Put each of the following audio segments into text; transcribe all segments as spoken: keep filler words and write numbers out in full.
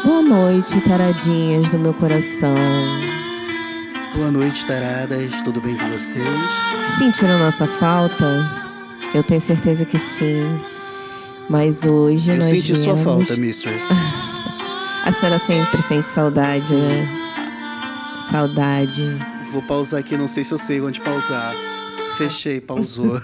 Boa noite, taradinhas do meu coração. Boa noite, taradas. Tudo bem com vocês? Sentiram nossa falta? Eu tenho certeza que sim. Mas hoje Eu nós senti viemos... sua falta, mistress. A senhora sempre sente saudade, Sim. né? Saudade. Vou pausar aqui, não sei se eu sei onde pausar. Fechei, pausou.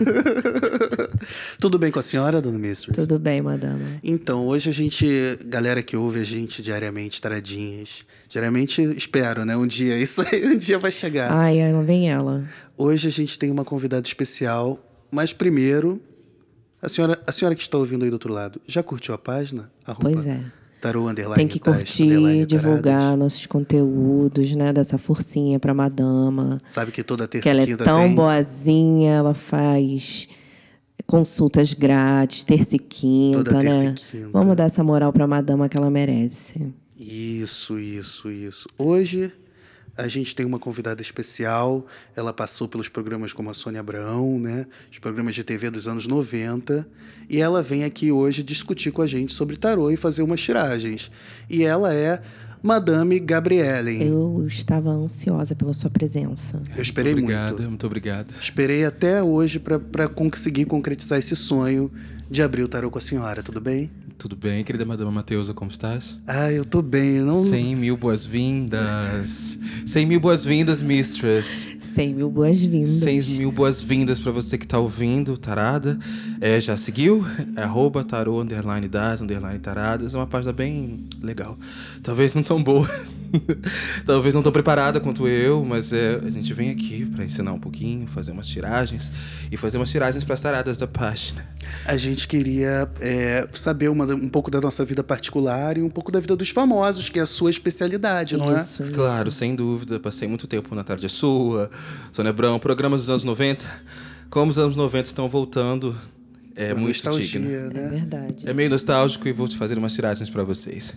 Tudo bem com a senhora, dona Mistress? Tudo bem, madama. Então, hoje a gente, galera que ouve a gente diariamente, taradinhas, diariamente espero, né? Um dia, isso aí, um dia vai chegar. Ai, ai, lá vem ela. Hoje a gente tem uma convidada especial, mas primeiro, a senhora, a senhora que está ouvindo aí do outro lado, já curtiu a página? Arroba Pois é. Tarô underline Tem que das, curtir, underline divulgar taradas. nossos conteúdos, né? Dessa forcinha pra madama. Sabe que toda terça Que ela e é quinta tão tem... boazinha, ela faz consultas grátis, terça e quinta, Toda terça né? e quinta. Vamos dar essa moral pra madama que ela merece. Isso, isso, isso. Hoje a gente tem uma convidada especial. Ela passou pelos programas como a Sônia Abraão, né? Os programas de T V dos anos noventa. E ela vem aqui hoje discutir com a gente sobre tarô e fazer umas tiragens. E ela é Madame Gabriele. Eu estava ansiosa pela sua presença. Eu esperei muito. Obrigado, muito. muito obrigado. Esperei até hoje para conseguir concretizar esse sonho de abrir o tarô com a senhora. Tudo bem? Tudo bem, querida Madama Mateusa, como estás? Ah, eu tô bem. Não... Cem mil boas-vindas. Cem mil boas-vindas, mistress. Cem mil boas-vindas. Cem mil boas-vindas pra você que tá ouvindo, tarada. É, já seguiu? É arroba tarô, underline das, underline taradas. É uma página bem legal. Talvez não tão boa. Talvez não tão preparada quanto eu, mas é, a gente vem aqui pra ensinar um pouquinho, fazer umas tiragens. E fazer umas tiragens pras taradas da página. A gente queria é, saber uma, um pouco da nossa vida particular e um pouco da vida dos famosos, que é a sua especialidade, não é? Isso, isso. Claro, sem dúvida. Passei muito tempo na Tarde é Sua, Sônia Abrão, programas dos anos noventa. Como os anos noventa estão voltando, é Uma muito nostalgia, digno. né? É verdade. É meio nostálgico e vou te fazer umas tiragens pra vocês.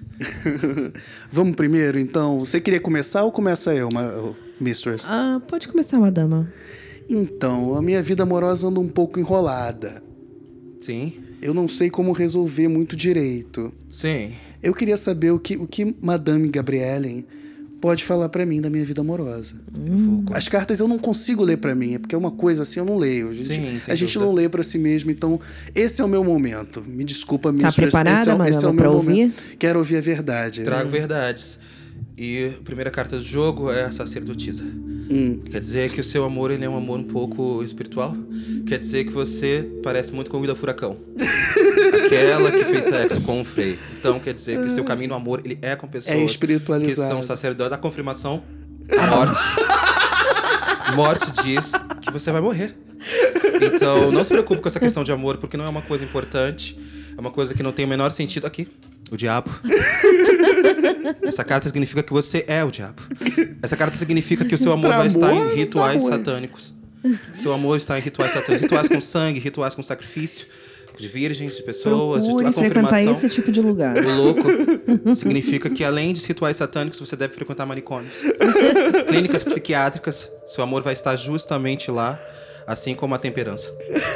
Vamos primeiro, então. Você queria começar ou começa eu, uma, mistress? Ah, pode começar, madama. Então, a minha vida amorosa anda um pouco enrolada. Sim? Eu não sei como resolver muito direito. Sim. Eu queria saber o que, o que Madame Gabriele pode falar pra mim da minha vida amorosa. Hum. As cartas eu não consigo ler pra mim, é porque é uma coisa assim, eu não leio. A gente, Sim, sem a gente dúvida. não lê pra si mesmo, então esse é o meu momento. Me desculpa, Tá mistress. preparada, esse é, madama, esse é o pra meu ouvir? momento. Quero ouvir a verdade. Trago verdades. E a primeira carta do jogo é a sacerdotisa. Hum. Quer dizer que o seu amor ele é um amor um pouco espiritual. Quer dizer que você parece muito com o Ida Furacão. Aquela que fez sexo com o Frei. Então quer dizer que o seu caminho no amor ele é com pessoas É espiritualizado. que são sacerdotes. A confirmação, a morte. Morte diz que você vai morrer. Então não se preocupe com essa questão de amor, porque não é uma coisa importante. É uma coisa que não tem o menor sentido aqui. O diabo. Essa carta significa que você é o diabo. Essa carta significa que o seu amor Pra vai estar amor, em rituais tá ruim. satânicos. Seu amor está em rituais satânicos. Rituais com sangue, rituais com sacrifício. De virgens, de pessoas, Procure de a frequentar confirmação. esse tipo de lugar. O louco significa que além de rituais satânicos, você deve frequentar manicômios. Clínicas psiquiátricas. Seu amor vai estar justamente lá, assim como a temperança.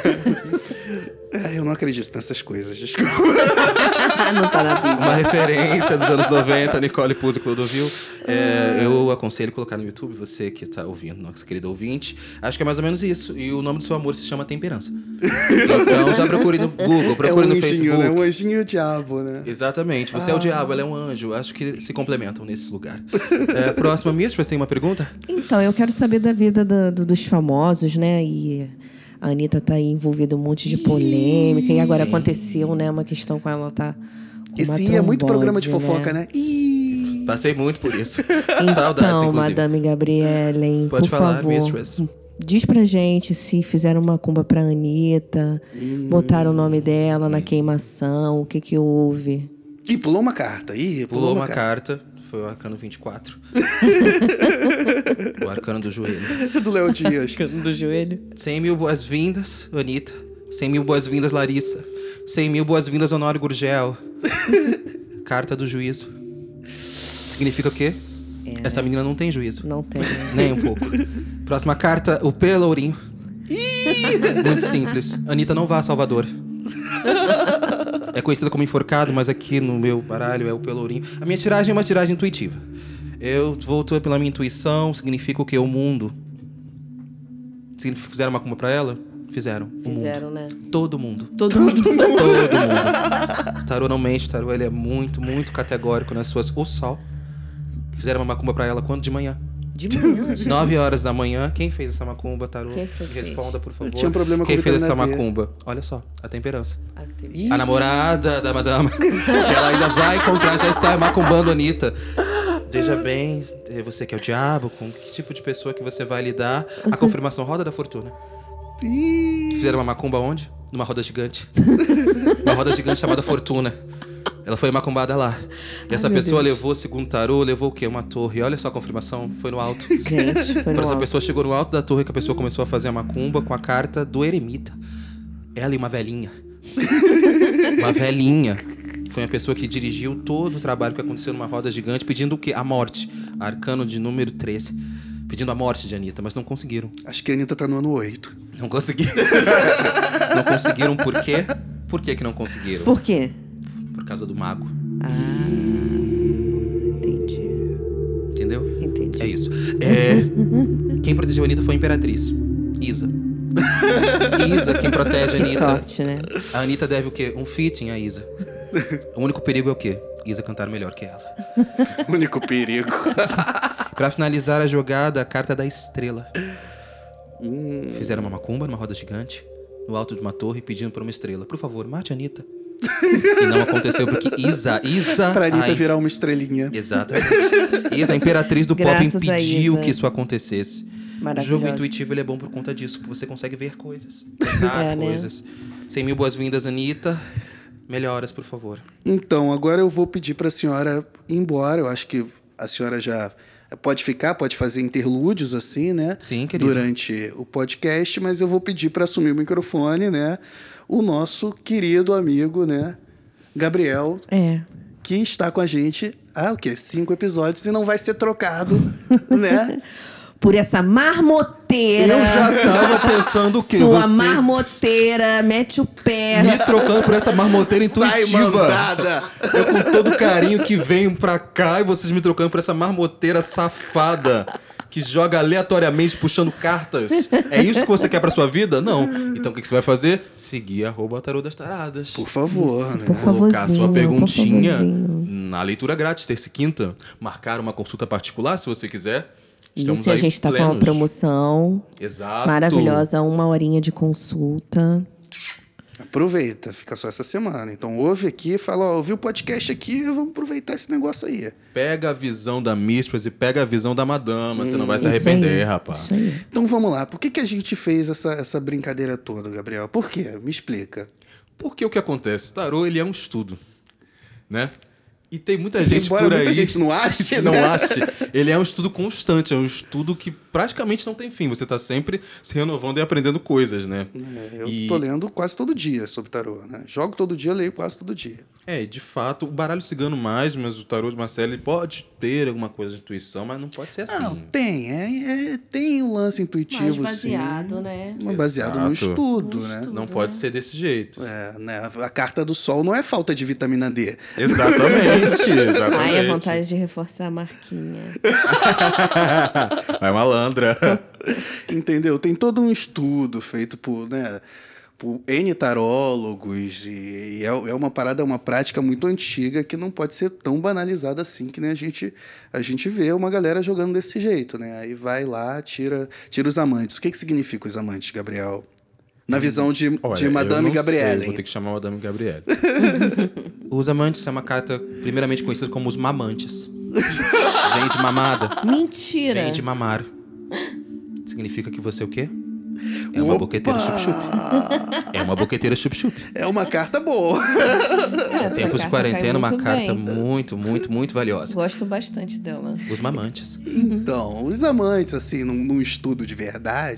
Ah, eu não acredito nessas coisas, desculpa. Não tá na Bíblia. Uma referência dos anos noventa, Nicole Puzzi Clodovil. É, eu aconselho colocar no YouTube, você que está ouvindo, nosso querido ouvinte. Acho que é mais ou menos isso. E o nome do seu amor se chama Temperança. Então já procure no Google, procure é um no anjinho, Facebook. né? Um anjinho e o diabo, né? Exatamente. Você é o diabo, ela é um anjo. Acho que se complementam nesse lugar. É, próxima, Mistress, tem uma pergunta? Então, eu quero saber da vida do- do- dos famosos, né? E a Anitta tá aí envolvida em um monte de polêmica. E agora Sim. aconteceu, né? Uma questão com ela, ela tá com uma Esse é muito programa de trombose, fofoca, né? Ih! Passei muito por isso. Então, Saudades, inclusive. Madame Gabriele, Pode por falar, favor, Mistress. diz pra gente se fizeram uma cumba pra Anitta, Hum. botaram o nome dela na queimação, o que que houve? Ih, pulou uma carta. Ih, pulou, Pulou uma, uma carta. carta. Foi o arcano vinte e quatro. O arcano do joelho. Do Léo Dias. Do joelho. cem mil boas-vindas, Anitta. cem mil boas-vindas, Larissa. cem mil boas-vindas, Honório Gurgel. Carta do juízo. Significa o quê? É, Essa menina não tem juízo. Não tem. Nem um pouco. Próxima carta, o Pelourinho. Muito simples. Anitta, não vá a Salvador. É conhecida como enforcado, mas aqui no meu baralho é o pelourinho. A minha tiragem é uma tiragem intuitiva. Eu vou pela minha intuição, significa o quê? O mundo. Fizeram macumba pra ela? Fizeram. Fizeram, né? Todo mundo. Todo mundo. Todo mundo. Tarô não mente, Tarô ele é muito, muito categórico nas suas... O sol. Fizeram uma macumba pra ela quando? De manhã. De manhã, gente. Nove horas da manhã. Quem fez essa macumba, Tarô? Quem foi que Responda, por favor. Eu tinha um problema com Quem fez essa vitamina D. macumba? Olha só, a temperança. Ah, tem- Ih, A namorada da madama. Ela ainda vai encontrar, já está macumbando a Anitta. Veja bem, você que é o diabo, com que tipo de pessoa que você vai lidar? A confirmação Roda da Fortuna. ih. Fizeram uma macumba onde? Numa roda gigante. Uma roda gigante chamada Fortuna. Ela foi macumbada lá. E essa Ai, meu pessoa Deus. levou, segundo o tarô, levou o quê? Uma torre. Olha só a confirmação, foi no alto. Gente, foi Quando no essa alto. pessoa chegou no alto da torre, que a pessoa começou a fazer a macumba com a carta do eremita. Ela e uma velhinha. Uma velhinha. Foi uma pessoa que dirigiu todo o trabalho que aconteceu numa roda gigante, pedindo o quê? A morte. Arcano de número treze. Pedindo a morte de Anitta, mas não conseguiram. Acho que a Anitta tá no ano oito. Não conseguiram. Não conseguiram por quê? Por que que não conseguiram? Por quê? Por causa do mago. Ah, entendi. Entendeu? Entendi. É isso. É, quem protegeu a Anitta foi a Imperatriz. Isa. Isa, quem protege a Que Anitta. sorte, né? A Anitta deve o quê? Um feat a Isa. O único perigo é o quê? Isa cantar melhor que ela. Único perigo. Pra finalizar a jogada, a carta da estrela. Fizeram uma macumba numa roda gigante, no alto de uma torre, pedindo por uma estrela. Por favor, mate a Anitta. E não aconteceu porque Isa, Isa... Pra Anitta ai, virar uma estrelinha. Exatamente. Isa, a imperatriz do pop, Graças a impediu Isa. que isso acontecesse. O Maravilhosa. jogo intuitivo ele é bom por conta disso, porque você consegue ver coisas, pensar É, né? coisas. cem mil boas-vindas, Anitta. Melhoras, por favor. Então, agora eu vou pedir pra senhora ir embora. Eu acho que a senhora já pode ficar, pode fazer interlúdios assim, né? Sim, querido. Durante o podcast, mas eu vou pedir para assumir o microfone, né? O nosso querido amigo, né? Gabriel, É. que está com a gente há o quê? Cinco episódios e não vai ser trocado, né? Por essa marmoteira. Eu já tava pensando o quê? Sua Você marmoteira, mete o pé. me trocando por essa marmoteira Sai intuitiva. mandada! Eu com todo carinho que venho pra cá e vocês me trocando por essa marmoteira safada que joga aleatoriamente puxando cartas. É isso que você quer pra sua vida? Não. Então o que que você vai fazer? Seguir arroba Tarô das Taradas. Por favor, Isso, né? por Colocar favorzinho, sua perguntinha por favorzinho. na leitura grátis, terça e quinta. Marcar uma consulta particular, se você quiser. Estamos Isso, e a aí gente tá com uma plenos. promoção Exato. maravilhosa, uma horinha de consulta. Aproveita, fica só essa semana. Então ouve aqui, fala, ó, ouvi o podcast aqui, vamos aproveitar esse negócio aí. Pega a visão da Mistress e pega a visão da Madama. Você não vai se Isso arrepender, aí, rapaz. Isso aí. Então vamos lá, por que, que a gente fez essa, essa brincadeira toda, Gabriel? Por quê? Me explica. Porque o que acontece? Tarô, ele é um estudo, né? E tem muita gente Embora por aí... muita gente não ache, não né? ache. Ele é um estudo constante, é um estudo que praticamente não tem fim. Você está sempre se renovando e aprendendo coisas, né? É, eu E- tô lendo quase todo dia sobre tarô, né? Jogo todo dia, leio quase todo dia. É, de fato, o baralho cigano mais, mas o tarô de Marcelo ele pode ter alguma coisa de intuição, mas não pode ser assim. Não, tem. É, é- tem um lance intuitivo, Mais baseado, sim. né? Mas baseado no Exato. estudo, né? Não pode ser desse jeito. É, né? A carta do sol não é falta de vitamina D. Exatamente, exatamente. Ai, a vontade de reforçar a marquinha. Vai malandra. Entendeu? Tem todo um estudo feito por, né, por N tarólogos e, e é, é uma parada, uma prática muito antiga que não pode ser tão banalizada assim que nem a gente, a gente vê uma galera jogando desse jeito, né? Aí vai lá, tira, tira os amantes. O que, que significa os amantes, Gabriel? Na visão de, Olha, de eu Madame não Gabrielle. sei, vou ter que chamar Madame Gabrielle. Os amantes é uma carta primeiramente conhecida como os mamantes. Vem de mamada. Mentira! Vem de mamar. Significa que você é o quê? É uma Opa! boqueteira chup-chup. É uma boqueteira chup-chup. É uma carta boa. Essa Tempos de carta quarentena, cai uma muito carta bem. muito, muito, muito valiosa. Gosto bastante dela. Os mamantes. Então, os amantes, assim, num, num estudo de verdade,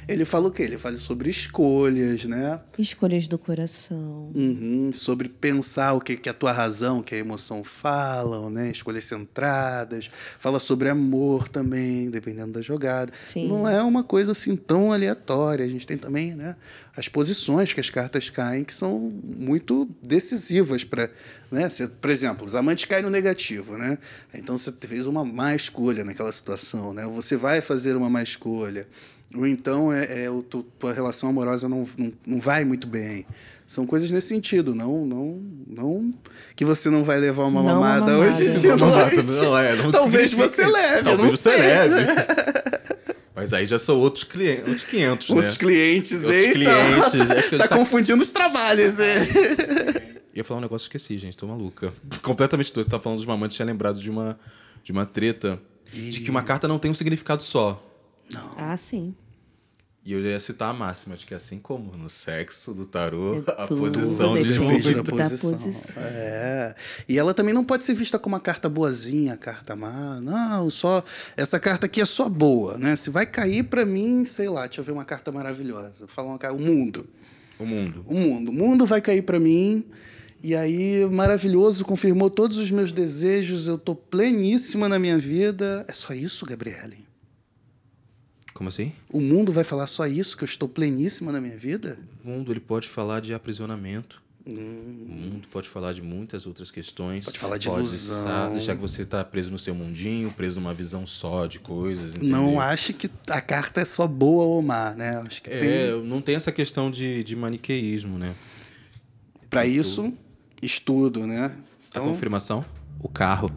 Ele fala o quê? Ele fala sobre escolhas, né? Escolhas do coração. Uhum, sobre pensar o que, que a tua razão, o que a emoção falam, né? Escolhas centradas. Fala sobre amor também, dependendo da jogada. Sim. Não é uma coisa assim tão aleatória. A gente tem também, né, as posições que as cartas caem, que são muito decisivas para, né? Você, por exemplo, os amantes caem no negativo, né? Então você fez uma má escolha naquela situação, né? Você vai fazer uma má escolha. Ou então é, é o tu, tua relação amorosa não, não, não vai muito bem. São coisas nesse sentido, não, não, não que você não vai levar uma Não mamada uma hoje mamada. de Uma noite. mamada, não, é, não Talvez significa- você leve, eu Talvez não você sei. leve. Mas aí já são outros clientes, outros quinhentos, né? Outros clientes, Outros eita. clientes. É que eu Tá já- confundindo os trabalhos, é. Ia falar um negócio que esqueci, gente. Tô maluca. Completamente doido. Você tava falando dos mamantes, tinha lembrado de uma, de uma treta de que uma carta não tem um significado só. Ah, sim. E eu já ia citar a máxima, de que assim como no sexo do tarô, É a tudo posição depende diz Depende muito. da da posição. posição. É. E ela também não pode ser vista como uma carta boazinha, carta má. Não, só essa carta aqui é só boa, né? Se vai cair para mim, sei lá, deixa eu ver uma carta maravilhosa. Vou falar uma carta, o mundo. O mundo. O mundo. O mundo vai cair para mim. E aí, maravilhoso, confirmou todos os meus desejos. Eu tô pleníssima na minha vida. É só isso, Gabriele? Como assim? O mundo vai falar só isso, que eu estou pleníssima na minha vida? O mundo ele pode falar de aprisionamento. Hum. O mundo pode falar de muitas outras questões. Pode falar de pode ilusão. sa- deixar que você está preso no seu mundinho, preso numa visão só de coisas. Entendeu? Não ache que a carta é só boa ou má, né? Acho que É, tem. não tem essa questão de, de maniqueísmo, né? Para isso, estudo, né? A Então, confirmação? O carro.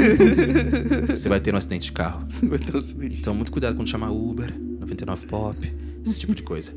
Você vai ter um acidente de carro. vai ter o seguinte. Então, muito cuidado quando chamar Uber, noventa e nove Pop, esse tipo de coisa.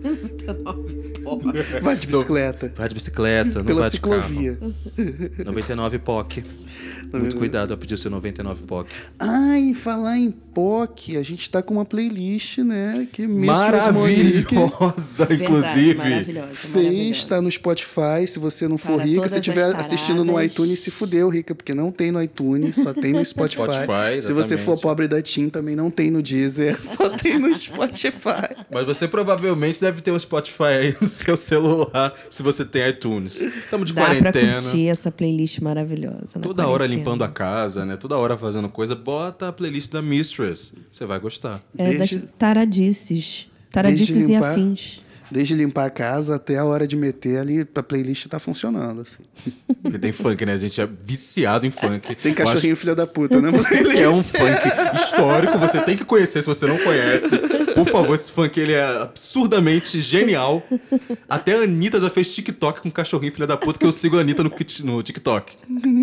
Vai de bicicleta. Vai de bicicleta, não Pela vai de ciclovia. carro. noventa e nove P O C. Muito cuidado ao pedir o seu noventa e nove P O C. Ah, em falar em P O C, a gente tá com uma playlist, né? Que Mistress Monique Maravilhosa, Verdade, inclusive. maravilhosa, fez, maravilhosa. tá no Spotify. Se você não for Para rica, todas se estiver as assistindo no taradas. iTunes, se fudeu, rica, porque não tem no iTunes, só tem no Spotify. Spotify, se você for exatamente. pobre da TIM, também não tem no Deezer, só tem no Spotify. Mas você provavelmente deve ter um Spotify aí no seu celular, se você tem iTunes. Estamos de Dá pra quarentena. curtir essa playlist maravilhosa. na Toda hora quarentena. limpando a casa, né? Toda hora fazendo coisa. Bota a playlist da Mistress. Você vai gostar. É das Desde- taradices. Taradices desde e limpar- afins. Desde limpar a casa até a hora de meter ali, a playlist tá funcionando. Assim. Porque tem funk, né? A gente é viciado em funk. Tem Eu cachorrinho filha da puta, né? acho que é um funk histórico, você tem que conhecer se você não conhece. Por favor, esse funk ele é absurdamente genial. Até a Anitta já fez TikTok com cachorrinho filha da puta, que eu sigo a Anitta no, kit- no TikTok.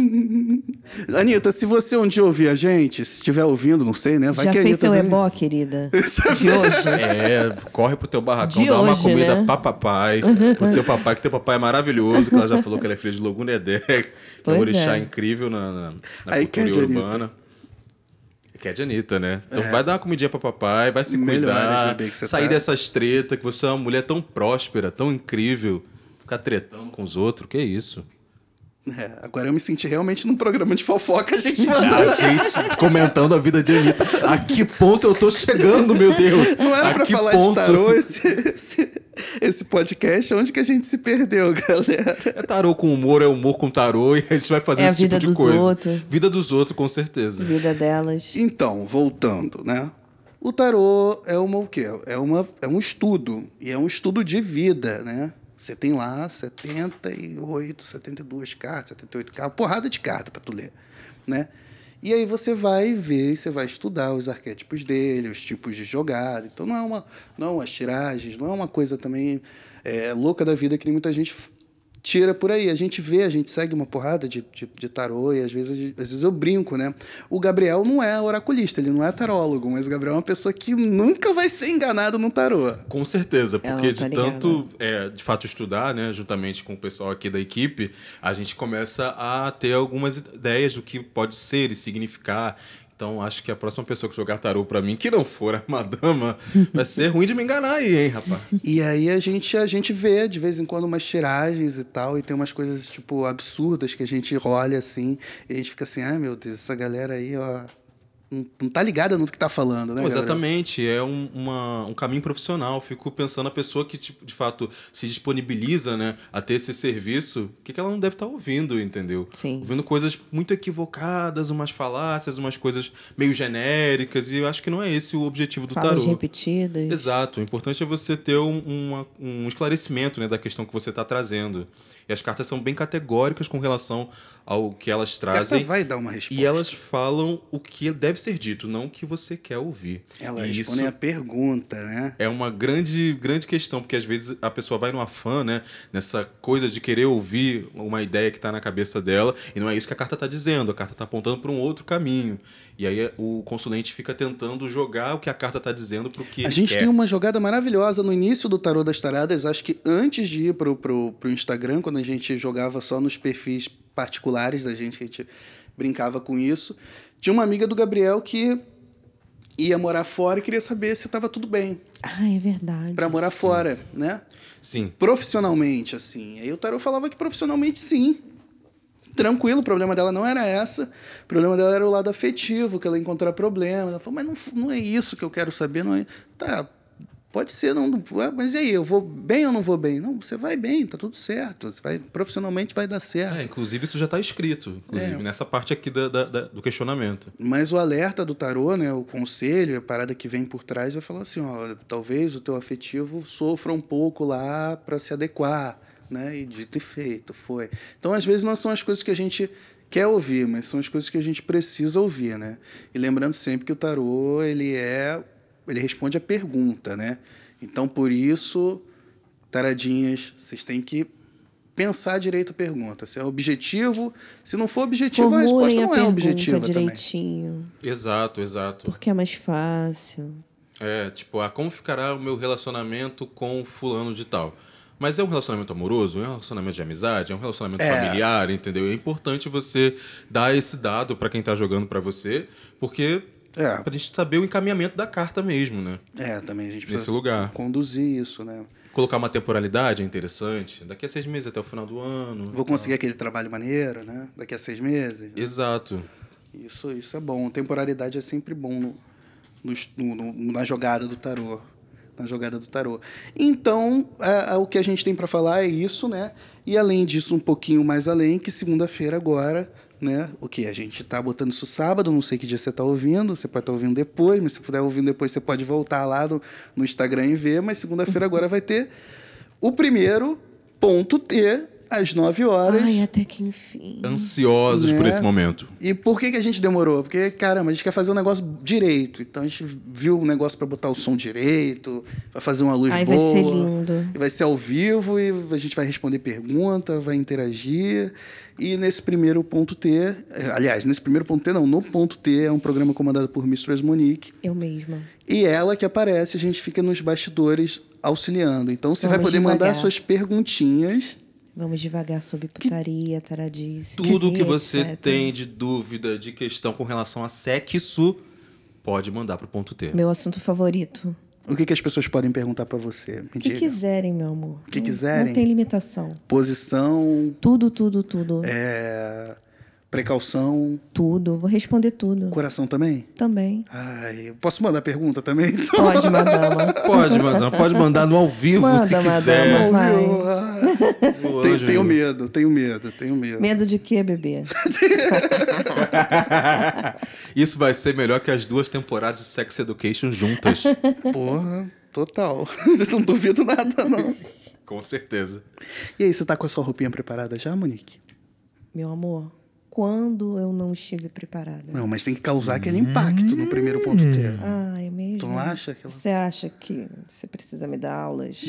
Anitta, se você um dia ouvir a gente, se estiver ouvindo, não sei, né? Vai Já que a fez Anitta seu vem- ebó, querida? De hoje? É, corre pro teu barracão, De dá uma hoje, comida né? pra papai, pro teu papai, que teu papai é maravilhoso, que ela já falou que ela é filha de Logunedé, que é um Pois orixá é. incrível na, na, na Aí cultura quer de Anitta. urbana. Que é de Anitta, né? Então vai dar uma comidinha pra papai, vai se Melhoras, cuidar, bebê, que você sair tá. dessas tretas, que você é uma mulher tão próspera, tão incrível, ficar tretando com os outros, que isso? É, agora eu me senti realmente num programa de fofoca, a gente A falando. gente comentando a vida de Anitta. A que ponto eu tô chegando, meu Deus? Não era a pra que falar ponto? de tarô esse, esse, esse podcast, onde que a gente se perdeu, galera? É tarô com humor, é humor com tarô, e a gente vai fazer É a esse tipo vida de dos coisa. outros. Vida dos outros, com certeza. Vida delas. Então, voltando, né? O tarô é uma o quê? É, uma, é um estudo, e é um estudo de vida, né? Você tem lá setenta e oito, setenta e duas cartas, setenta e oito cartas, porrada de carta para tu ler, né? E aí você vai ver, você vai estudar os arquétipos dele, os tipos de jogada. Então não é uma, não é umas tiragens, não é uma coisa também é, louca da vida que nem muita gente tira por aí. A gente vê, a gente segue uma porrada de, de, de tarô e às vezes, às vezes eu brinco, né? O Gabriel não é oraculista, ele não é tarólogo, mas o Gabriel é uma pessoa que nunca vai ser enganado no tarô. Com certeza, Ela porque tá de ligada. tanto, é, de fato, estudar, né, juntamente com o pessoal aqui da equipe, a gente começa a ter algumas ideias do que pode ser e significar. Então, acho que a próxima pessoa que jogar tarô pra mim, que não for a madama, vai ser ruim de me enganar aí, hein, rapaz? E aí a gente, a gente vê, de vez em quando, umas tiragens e tal, e tem umas coisas, tipo, absurdas que a gente olha assim, e a gente fica assim, ai meu Deus, essa galera aí, ó, não, não tá ligada no que tá falando, né? Não, Gabriel? exatamente, é um, uma, um caminho profissional. Fico pensando a pessoa que, tipo, de fato, se disponibiliza, né, a ter esse serviço, o que, que ela não deve estar ouvindo, entendeu? Sim. Ouvindo coisas muito equivocadas, umas falácias, umas coisas meio genéricas, e eu acho que não é esse o objetivo do Falas tarô. repetidas. Exato, o importante é você ter um, uma- um esclarecimento, né, da questão que você está trazendo. E as cartas são bem categóricas com relação ao que elas A carta trazem. vai dar uma resposta. E elas falam o que deve ser dito, não o que você quer ouvir. Elas e respondem isso a pergunta, né? é uma grande, grande questão, porque às vezes a pessoa vai no afã, né, nessa coisa de querer ouvir uma ideia que está na cabeça dela, e não é isso que a carta está dizendo, a carta está apontando para um outro caminho. E aí o consulente fica tentando jogar o que a carta está dizendo para o que A ele gente quer. tem uma jogada maravilhosa no início do Tarô das Taradas, acho que antes de ir pro, pro, pro Instagram, quando a gente jogava só nos perfis particulares da gente, que a gente brincava com isso, tinha uma amiga do Gabriel que ia morar fora e queria saber se estava tudo bem Ah, é verdade. para morar Sim. fora, né? Sim. Profissionalmente, assim. Aí o Tarô falava que profissionalmente sim. Tranquilo, o problema dela não era essa. O problema dela era o lado afetivo, que ela ia encontrar problema. Ela falou, mas não, não é isso que eu quero saber. Não é... Tá, pode ser, não, não- mas e aí, eu vou bem ou não vou bem? Não, você vai bem, tá tudo certo. Você vai, profissionalmente vai dar certo. É, inclusive isso já está escrito, inclusive, É. nessa parte aqui da, da- da- do questionamento. Mas o alerta do tarô, né, o conselho, a parada que vem por trás, vai falar assim, ó, talvez o teu afetivo sofra um pouco lá para se adequar, né? E dito e feito, foi. Então, às vezes não são as coisas que a gente quer ouvir, mas são as coisas que a gente precisa ouvir, né? E lembrando sempre que o tarô, ele é, ele responde a pergunta, né? Então, por isso, taradinhas, vocês têm que pensar direito a pergunta. Se é objetivo, se não for objetivo, a resposta Formulem a não é pergunta objetiva também. direitinho, Exato, exato. porque é mais fácil. É, tipo, ah, como ficará o meu relacionamento com fulano de tal? Mas é um relacionamento amoroso? É um relacionamento de amizade? É um relacionamento É. familiar, entendeu? É importante você dar esse dado para quem tá jogando para você, porque É. pra gente saber o encaminhamento da carta mesmo, né? É, também a gente precisa Nesse lugar. conduzir isso, né? Colocar uma temporalidade é interessante. Daqui a seis meses até o final do ano. Vou conseguir aquele trabalho maneiro, né? Daqui a seis meses. Exato. Isso, isso é bom. Temporalidade é sempre bom no, no, no- no- na jogada do tarô. Na jogada do tarô. Então, a- a- o que a gente tem para falar é isso, né? E além disso, um pouquinho mais além, que segunda-feira agora, né? O que? A gente tá botando isso sábado, não sei que dia você tá ouvindo, você pode estar ouvindo depois, mas se puder ouvir depois, você pode voltar lá no, no Instagram e ver, mas segunda-feira agora vai ter o primeiro ponto T, às nove horas. Ai, até que enfim. Ansiosos por Né? esse momento. E por que, que a gente demorou? Porque, caramba, a gente quer fazer um negócio direito. Então a gente viu um negócio para botar o som direito, para fazer uma luz Ai, boa. vai ser lindo. E vai ser ao vivo e a gente vai responder pergunta, vai interagir. E nesse primeiro ponto T, eh, aliás, nesse primeiro ponto T não, no ponto T é um programa comandado por Mistress Monique. Eu mesma. E ela que aparece, a gente fica nos bastidores auxiliando. Então você vai Vamos poder mandar devagar. suas perguntinhas. Vamos devagar sobre putaria, taradice. Tudo que e você etcétera. tem de dúvida, de questão com relação a sexo, pode mandar pro ponto T. Meu assunto favorito. O que, que as pessoas podem perguntar para você? Me O que diga. quiserem, meu amor. O que Não- quiserem. Não tem limitação. Posição, Tudo, tudo, tudo. é, precaução, Tudo. Vou responder tudo. coração também? Também. Ai, posso mandar pergunta também? Pode, madama. Pode mandar, pode mandar no ao vivo Manda, se quiser. madama. Vai. No Tenho, anjo. tenho medo, tenho medo, tenho medo. Medo de quê, bebê? Isso vai ser melhor que as duas temporadas de Sex Education juntas. Porra, total. Não duvido nada, não. Com certeza. E aí, você tá com a sua roupinha preparada já, Monique? Meu amor, quando eu não estive preparada? Não, mas tem que causar aquele impacto no primeiro ponto T. Ah, é mesmo? Tu não acha que ela... Você acha que você precisa me dar aulas?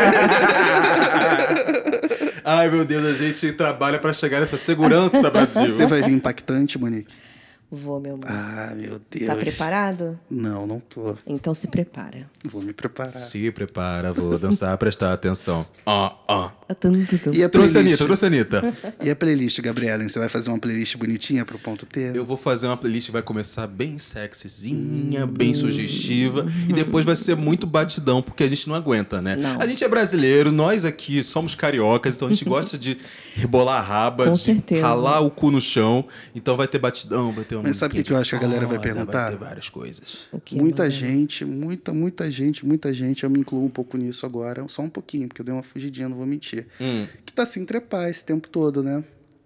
Ai, meu Deus, a gente trabalha pra chegar nessa segurança, Brasil. Você vai vir impactante, Monique? Vou, meu amor. Ah, meu Deus. Tá preparado? Não, não tô. Então se prepara. Vou me preparar. Se prepara, vou dançar, prestar atenção. Ah, ah. Tum, tum, tum. E a Trouxe a playlist? Anitta, trouxe a Anitta. E a playlist, Gabriela? Você vai fazer uma playlist bonitinha pro ponto T? Eu vou fazer uma playlist que vai começar bem sexyzinha, bem sugestiva. E depois vai ser muito batidão, porque a gente não aguenta, né? Não. A gente é brasileiro, nós aqui somos cariocas, então a gente gosta de rebolar a raba, Com de certeza. ralar o cu no chão. Então vai ter batidão, vai ter uma Mas sabe o que musiquinha que eu de acho que a galera vai foda, perguntar? Vai ter várias coisas. O que, Muita mano? gente, muita, muita gente, muita gente, eu me incluo um pouco nisso agora, só um pouquinho, porque eu dei uma fugidinha, não vou mentir. Hum. Que tá sem trepar esse tempo todo, né?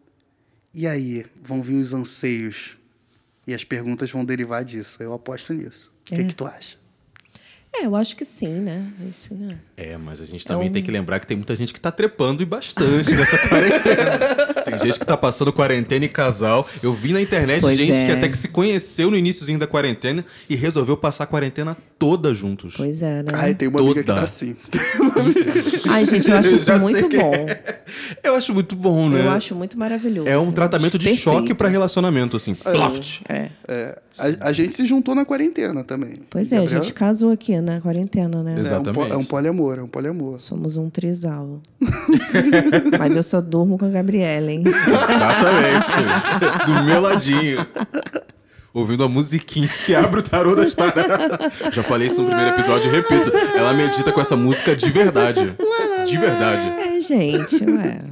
E aí, vão vir os anseios e as perguntas vão derivar disso. Eu aposto nisso. O que, É. que tu acha? É, eu acho que sim, né? Isso, né? É, mas a gente também um- tem que lembrar que tem muita gente que tá trepando e bastante nessa quarentena. Tem gente que tá passando quarentena e casal. Eu vi na internet Pois gente é. que até que se conheceu no iniciozinho da quarentena e resolveu passar a quarentena toda juntos. Pois é, né? Ai, tem uma amiga que Toda. tá assim. Ai, gente, eu acho Eu isso já sei muito quem bom. é. Eu acho muito bom, né? Eu acho muito maravilhoso. É um tratamento de Perfeito. choque pra relacionamento, assim. Ploft. É. É, a, a gente se juntou na quarentena também. Pois é, a Gabriela? gente casou aqui na quarentena, né? É um, po- Exatamente. é um poliamor, é um poliamor. Somos um trisal. Mas eu só durmo com a Gabriela, hein? Exatamente. Do meu ladinho. Ouvindo a musiquinha que abre o tarô das taradas. Já falei isso no primeiro episódio e repito. Ela medita com essa música de verdade. De verdade. É, gente, ué.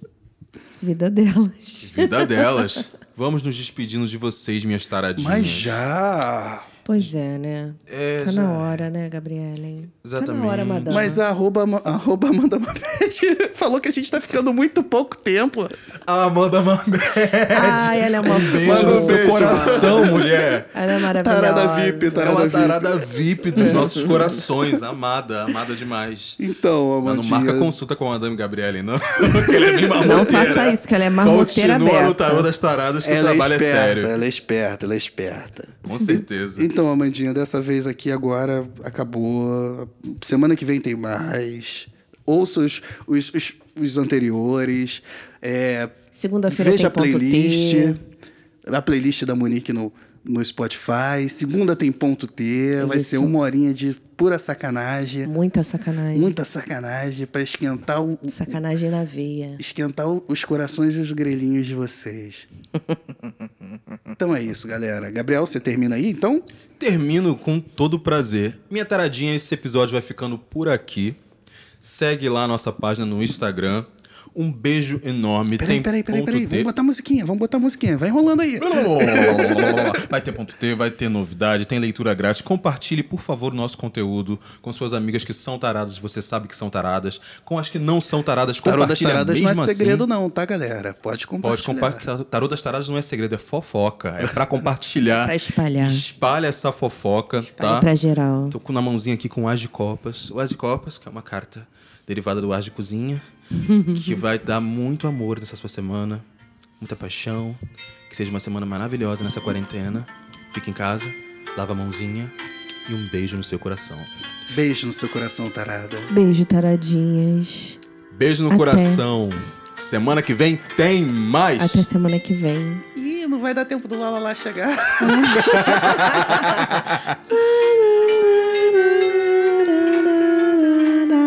Vida delas. Vida delas. Vamos nos despedindo de vocês, minhas taradinhas. Mas já. Pois é, né? É, tá já. na hora, né, Gabriela? Hein? Tá Exatamente. na hora, madame. Mas a arroba, arroba Amanda Mabete falou que a gente tá ficando muito pouco tempo. A Amanda Mambé. Ai, ela é uma Beijo fofa. no seu coração, mulher. Ela é maravilhosa. Tarada V I P, É tarada uma V I P. tarada V I P dos nossos corações. Amada, amada demais. Então, Mas não Amandinha. marca consulta com a Madame Gabriele, não. Porque ela é bem marmoteira. Não faça isso, que ela é marmoteira Continua no beça. tarô das taradas que Ela o é trabalho é, esperta, sério. ela é esperta, ela é esperta. Com certeza. Então, Amandinha, dessa vez aqui agora acabou. Semana que vem tem mais. Ouça os, os, os, os anteriores. É, Segunda-feira veja tem a ponto playlist. T. A playlist da Monique no, no Spotify. Segunda tem ponto T. Vai Isso. ser uma horinha de pura sacanagem. Muita sacanagem. Muita sacanagem para esquentar o, Sacanagem na veia. esquentar o- os corações e os grelhinhos de vocês. Então é isso, galera. Gabriel, você termina aí, então? Termino com todo prazer. Minha taradinha, esse episódio vai ficando por aqui. Segue lá a nossa página no Instagram. Um beijo enorme. Peraí, Tem peraí, peraí, ponto peraí. T. Vamos botar musiquinha, vamos botar musiquinha. Vai enrolando aí. Vai ter ponto T, vai ter novidade, tem leitura grátis. Compartilhe, por favor, o nosso conteúdo com suas amigas que são taradas, você sabe que são taradas. Com as que não são taradas, Tarô das compartilhe taradas não mesmo é assim. segredo não, tá, galera? Pode compartilhar. Pode compartilhar. Tarô das taradas não é segredo, é fofoca. É pra compartilhar. Pra espalhar. Espalha essa fofoca, Espalhe tá? pra geral. Tô com na mãozinha aqui com o As de Copas. O As de Copas, que é uma carta derivada do As de Cozinha, que vai dar muito amor nessa sua semana, muita paixão, que seja uma semana maravilhosa nessa quarentena. Fique em casa, lava a mãozinha e um beijo no seu coração. Beijo no seu coração, tarada. Beijo, taradinhas. Beijo no Até. coração. Semana que vem tem mais. Até semana que vem. Ih, não vai dar tempo do Lala lá chegar.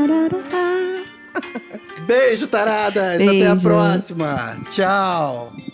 Beijo, taradas. Até a Beijo. próxima. Tchau.